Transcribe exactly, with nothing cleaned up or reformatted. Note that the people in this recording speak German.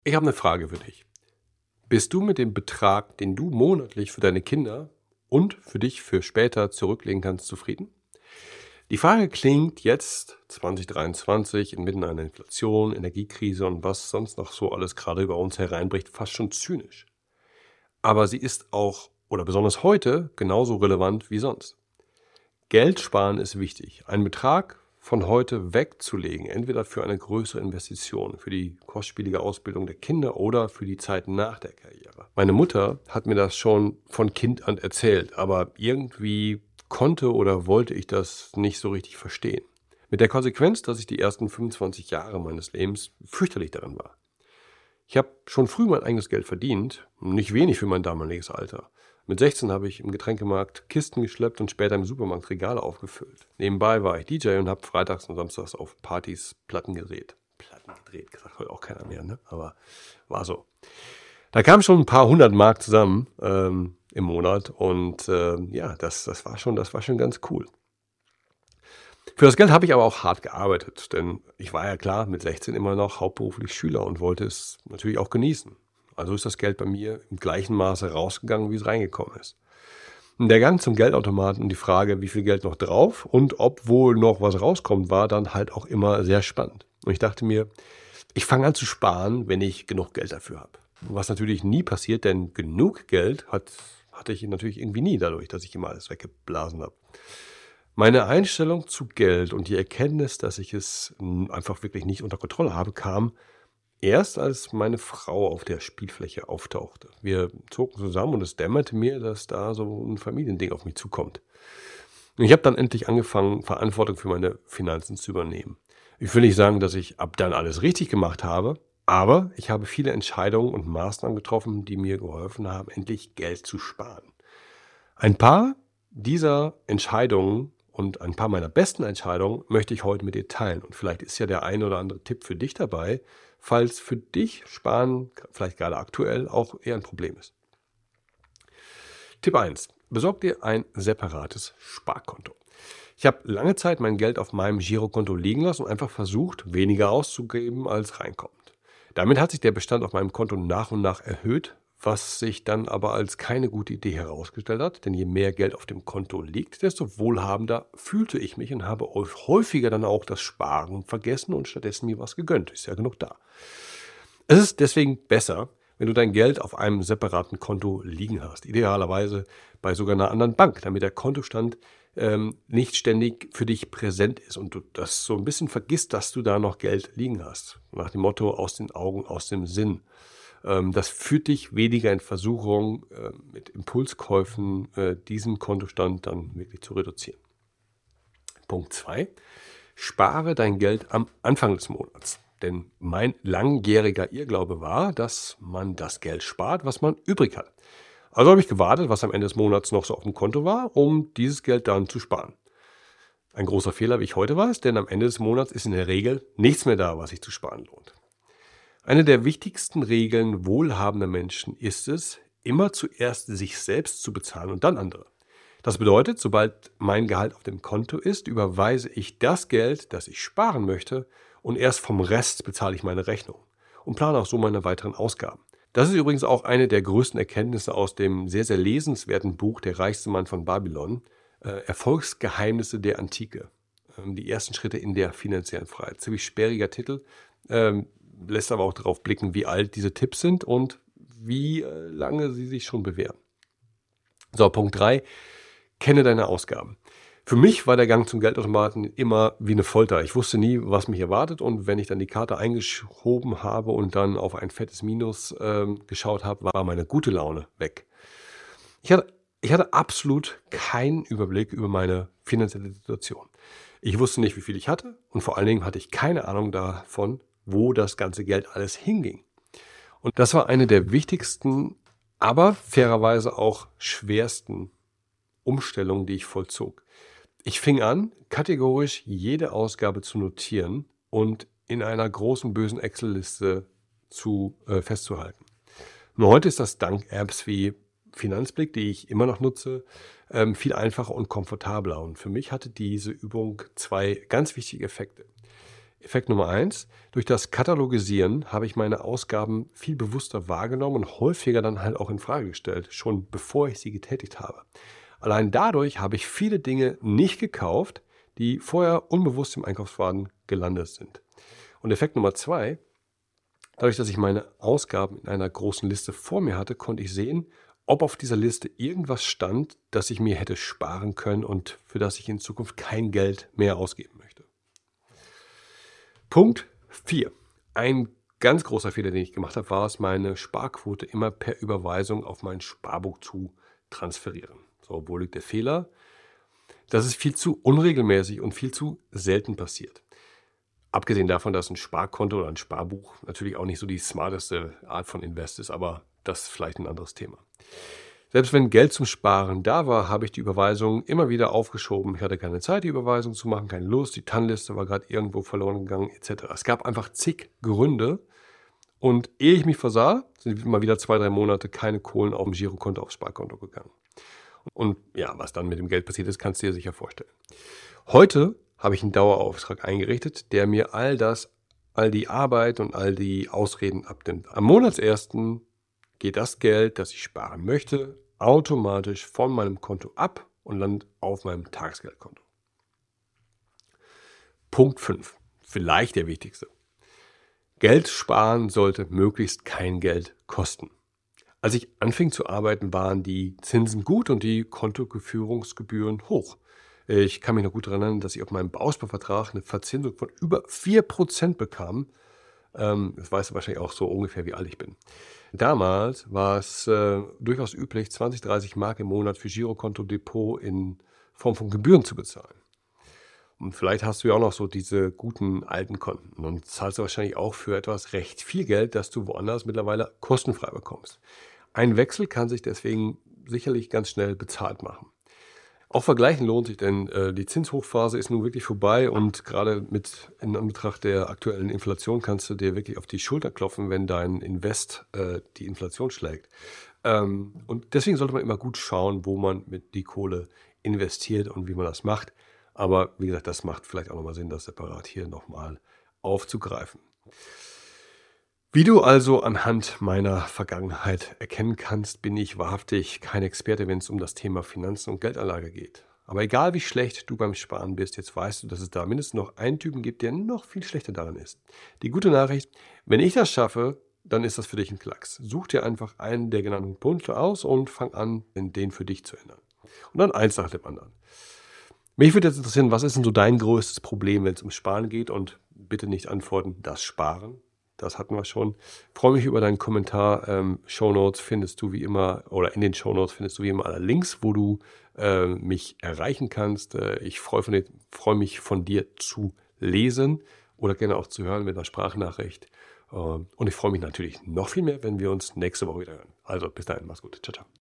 Ich habe eine Frage für dich. Bist du mit dem Betrag, den du monatlich für deine Kinder und für dich für später zurücklegen kannst, zufrieden? Die Frage klingt jetzt zwanzig dreiundzwanzig inmitten einer Inflation, Energiekrise und was sonst noch so alles gerade über uns hereinbricht, fast schon zynisch. Aber sie ist auch, oder besonders heute, genauso relevant wie sonst. Geld sparen ist wichtig. Einen Betrag von heute wegzulegen, entweder für eine größere Investition, für die kostspielige Ausbildung der Kinder oder für die Zeit nach der Karriere. Meine Mutter hat mir das schon von Kind an erzählt, aber irgendwie konnte oder wollte ich das nicht so richtig verstehen. Mit der Konsequenz, dass ich die ersten fünfundzwanzig Jahre meines Lebens fürchterlich darin war. Ich habe schon früh mein eigenes Geld verdient, nicht wenig für mein damaliges Alter. Mit sechzehn habe ich im Getränkemarkt Kisten geschleppt und später im Supermarkt Regale aufgefüllt. Nebenbei war ich D J und habe freitags und samstags auf Partys Platten gedreht. Platten gedreht, sagt heute auch keiner mehr, ne? Aber war so. Da kamen schon ein paar hundert Mark zusammen ähm, im Monat und äh, ja, das, das war schon, das war schon ganz cool. Für das Geld habe ich aber auch hart gearbeitet, denn ich war ja klar mit sechzehn immer noch hauptberuflich Schüler und wollte es natürlich auch genießen. Also ist das Geld bei mir im gleichen Maße rausgegangen, wie es reingekommen ist. Und der Gang zum Geldautomaten und die Frage, wie viel Geld noch drauf und ob wohl noch was rauskommt, war dann halt auch immer sehr spannend. Und ich dachte mir, ich fange an zu sparen, wenn ich genug Geld dafür habe. Was natürlich nie passiert, denn genug Geld hat, hatte ich natürlich irgendwie nie dadurch, dass ich immer alles weggeblasen habe. Meine Einstellung zu Geld und die Erkenntnis, dass ich es einfach wirklich nicht unter Kontrolle habe, kam erst, als meine Frau auf der Spielfläche auftauchte. Wir zogen zusammen und es dämmerte mir, dass da so ein Familiending auf mich zukommt. Und ich habe dann endlich angefangen, Verantwortung für meine Finanzen zu übernehmen. Ich will nicht sagen, dass ich ab dann alles richtig gemacht habe, aber ich habe viele Entscheidungen und Maßnahmen getroffen, die mir geholfen haben, endlich Geld zu sparen. Ein paar dieser Entscheidungen und ein paar meiner besten Entscheidungen möchte ich heute mit dir teilen. Und vielleicht ist ja der ein oder andere Tipp für dich dabei, falls für dich Sparen vielleicht gerade aktuell auch eher ein Problem ist. Tipp eins. Besorg dir ein separates Sparkonto. Ich habe lange Zeit mein Geld auf meinem Girokonto liegen lassen und einfach versucht, weniger auszugeben, als reinkommt. Damit hat sich der Bestand auf meinem Konto nach und nach erhöht, was sich dann aber als keine gute Idee herausgestellt hat, denn je mehr Geld auf dem Konto liegt, desto wohlhabender fühlte ich mich und habe häufiger dann auch das Sparen vergessen und stattdessen mir was gegönnt. Ist ja genug da. Es ist deswegen besser, wenn du dein Geld auf einem separaten Konto liegen hast. Idealerweise bei sogar einer anderen Bank, damit der Kontostand ähm, nicht ständig für dich präsent ist und du das so ein bisschen vergisst, dass du da noch Geld liegen hast. Nach dem Motto, aus den Augen, aus dem Sinn. Das führt dich weniger in Versuchung, mit Impulskäufen diesen Kontostand dann wirklich zu reduzieren. Punkt zwei. Spare dein Geld am Anfang des Monats. Denn mein langjähriger Irrglaube war, dass man das Geld spart, was man übrig hat. Also habe ich gewartet, was am Ende des Monats noch so auf dem Konto war, um dieses Geld dann zu sparen. Ein großer Fehler, wie ich heute weiß, denn am Ende des Monats ist in der Regel nichts mehr da, was sich zu sparen lohnt. Eine der wichtigsten Regeln wohlhabender Menschen ist es, immer zuerst sich selbst zu bezahlen und dann andere. Das bedeutet, sobald mein Gehalt auf dem Konto ist, überweise ich das Geld, das ich sparen möchte, und erst vom Rest bezahle ich meine Rechnung und plane auch so meine weiteren Ausgaben. Das ist übrigens auch eine der größten Erkenntnisse aus dem sehr, sehr lesenswerten Buch Der reichste Mann von Babylon, äh, Erfolgsgeheimnisse der Antike. Ähm, die ersten Schritte in der finanziellen Freiheit. Ziemlich sperriger Titel. Ähm, lässt aber auch darauf blicken, wie alt diese Tipps sind und wie lange sie sich schon bewähren. So, Punkt drei. Kenne deine Ausgaben. Für mich war der Gang zum Geldautomaten immer wie eine Folter. Ich wusste nie, was mich erwartet und wenn ich dann die Karte eingeschoben habe und dann auf ein fettes Minus äh, geschaut habe, war meine gute Laune weg. Ich hatte, ich hatte absolut keinen Überblick über meine finanzielle Situation. Ich wusste nicht, wie viel ich hatte und vor allen Dingen hatte ich keine Ahnung davon, wo das ganze Geld alles hinging. Und das war eine der wichtigsten, aber fairerweise auch schwersten Umstellungen, die ich vollzog. Ich fing an, kategorisch jede Ausgabe zu notieren und in einer großen bösen Excel-Liste zu äh, festzuhalten. Nur heute ist das dank Apps wie Finanzblick, die ich immer noch nutze, ähm, viel einfacher und komfortabler. Und für mich hatte diese Übung zwei ganz wichtige Effekte. Effekt Nummer eins: Durch das Katalogisieren habe ich meine Ausgaben viel bewusster wahrgenommen und häufiger dann halt auch in Frage gestellt, schon bevor ich sie getätigt habe. Allein dadurch habe ich viele Dinge nicht gekauft, die vorher unbewusst im Einkaufswagen gelandet sind. Und Effekt Nummer zwei: Dadurch, dass ich meine Ausgaben in einer großen Liste vor mir hatte, konnte ich sehen, ob auf dieser Liste irgendwas stand, das ich mir hätte sparen können und für das ich in Zukunft kein Geld mehr ausgeben möchte. Punkt vier. Ein ganz großer Fehler, den ich gemacht habe, war es, meine Sparquote immer per Überweisung auf mein Sparbuch zu transferieren. So, wo liegt der Fehler? Das ist viel zu unregelmäßig und viel zu selten passiert. Abgesehen davon, dass ein Sparkonto oder ein Sparbuch natürlich auch nicht so die smarteste Art von Invest ist, aber das ist vielleicht ein anderes Thema. Selbst wenn Geld zum Sparen da war, habe ich die Überweisung immer wieder aufgeschoben. Ich hatte keine Zeit, die Überweisung zu machen, keine Lust. Die T A N-Liste war gerade irgendwo verloren gegangen, et cetera. Es gab einfach zig Gründe. Und ehe ich mich versah, sind mal wieder zwei, drei Monate keine Kohlen auf dem Girokonto, aufs Sparkonto gegangen. Und ja, was dann mit dem Geld passiert ist, kannst du dir sicher vorstellen. Heute habe ich einen Dauerauftrag eingerichtet, der mir all das, all die Arbeit und all die Ausreden abnimmt. Am Monatsersten geht das Geld, das ich sparen möchte, automatisch von meinem Konto ab und landet auf meinem Tagesgeldkonto. Punkt fünf. Vielleicht der wichtigste. Geld sparen sollte möglichst kein Geld kosten. Als ich anfing zu arbeiten, waren die Zinsen gut und die Kontoführungsgebühren hoch. Ich kann mich noch gut daran erinnern, dass ich auf meinem Bausparvertrag eine Verzinsung von über vier Prozent bekam. Das weißt du wahrscheinlich auch so ungefähr, wie alt ich bin. Damals war es äh, durchaus üblich, zwanzig, dreißig Mark im Monat für Girokonto, Depot in Form von Gebühren zu bezahlen. Und vielleicht hast du ja auch noch so diese guten alten Konten und zahlst du wahrscheinlich auch für etwas recht viel Geld, das du woanders mittlerweile kostenfrei bekommst. Ein Wechsel kann sich deswegen sicherlich ganz schnell bezahlt machen. Auch vergleichen lohnt sich, denn äh, die Zinshochphase ist nun wirklich vorbei und gerade mit in Anbetracht der aktuellen Inflation kannst du dir wirklich auf die Schulter klopfen, wenn dein Invest äh, die Inflation schlägt. Ähm, und deswegen sollte man immer gut schauen, wo man mit die Kohle investiert und wie man das macht. Aber wie gesagt, das macht vielleicht auch nochmal Sinn, das separat hier nochmal aufzugreifen. Wie du also anhand meiner Vergangenheit erkennen kannst, bin ich wahrhaftig kein Experte, wenn es um das Thema Finanzen und Geldanlage geht. Aber egal wie schlecht du beim Sparen bist, jetzt weißt du, dass es da mindestens noch einen Typen gibt, der noch viel schlechter daran ist. Die gute Nachricht: Wenn ich das schaffe, dann ist das für dich ein Klacks. Such dir einfach einen der genannten Punkte aus und fang an, den für dich zu ändern. Und dann eins nach dem anderen. Mich würde jetzt interessieren, was ist denn so dein größtes Problem, wenn es ums Sparen geht? Und bitte nicht antworten, das Sparen. Das hatten wir schon. Ich freue mich über deinen Kommentar. Ähm, Shownotes findest du wie immer, oder in den Shownotes findest du wie immer alle Links, wo du äh, mich erreichen kannst. Äh, ich freue, von dir, freue mich von dir zu lesen oder gerne auch zu hören mit einer Sprachnachricht. Äh, und ich freue mich natürlich noch viel mehr, wenn wir uns nächste Woche wieder hören. Also bis dahin, mach's gut. Ciao, ciao.